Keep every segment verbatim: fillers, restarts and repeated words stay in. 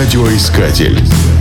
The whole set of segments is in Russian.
Радиоискатель.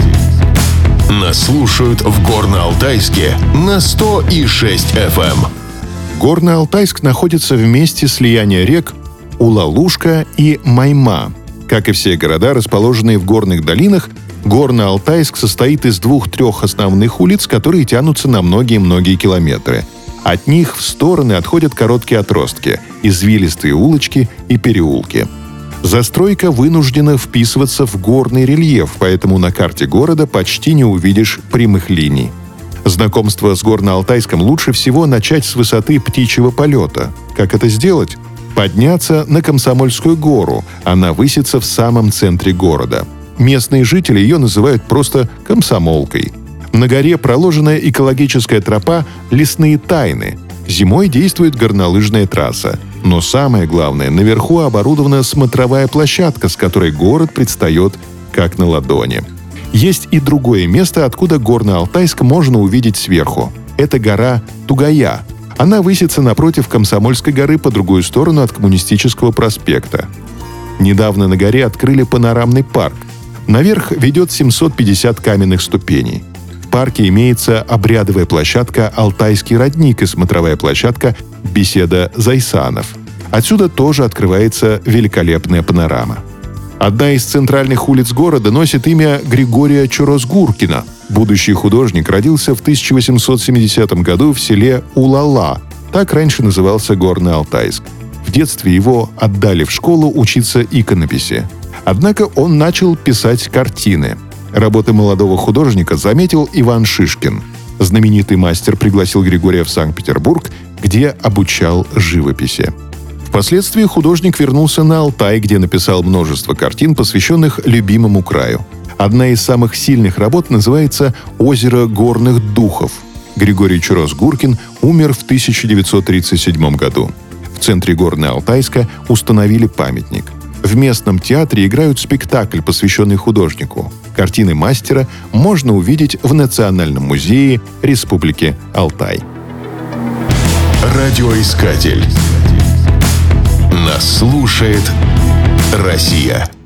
Нас слушают в Горно-Алтайске на сто и шесть эф эм. Горно-Алтайск находится в месте слияния рек Улалушка и Майма. Как и все города, расположенные в горных долинах, Горно-Алтайск состоит из двух-трех основных улиц, которые тянутся на многие-многие километры. От них в стороны отходят короткие отростки, извилистые улочки и переулки. Застройка вынуждена вписываться в горный рельеф, поэтому на карте города почти не увидишь прямых линий. Знакомство с Горно-Алтайском лучше всего начать с высоты птичьего полета. Как это сделать? Подняться на Комсомольскую гору. Она высится в самом центре города. Местные жители ее называют просто «Комсомолкой». На горе проложена экологическая тропа «Лесные тайны». Зимой действует горнолыжная трасса. Но самое главное, наверху оборудована смотровая площадка, с которой город предстает как на ладони. Есть и другое место, откуда Горно-Алтайск можно увидеть сверху. Это гора Тугая. Она высится напротив Комсомольской горы по другую сторону от Коммунистического проспекта. Недавно на горе открыли панорамный парк. Наверх ведет семьсот пятьдесят каменных ступеней. В парке имеется обрядовая площадка «Алтайский родник» и смотровая площадка «Беседа Зайсанов». Отсюда тоже открывается великолепная панорама. Одна из центральных улиц города носит имя Григория Чорозгуркина. Будущий художник родился в тысяча восемьсот семидесятом году в селе Улала. Так раньше назывался Горно-Алтайск. В детстве его отдали в школу учиться иконописи. Однако он начал писать картины. Работы молодого художника заметил Иван Шишкин. Знаменитый мастер пригласил Григория в Санкт-Петербург, где обучал живописи. Впоследствии художник вернулся на Алтай, где написал множество картин, посвященных любимому краю. Одна из самых сильных работ называется «Озеро горных духов». Григорий Чорозгуркин умер в тысяча девятьсот тридцать седьмом году. В центре Горно-Алтайска установили памятник. В местном театре играют спектакль, посвященный художнику. Картины мастера можно увидеть в Национальном музее Республики Алтай. Радиоискатель. Нас слушает Россия.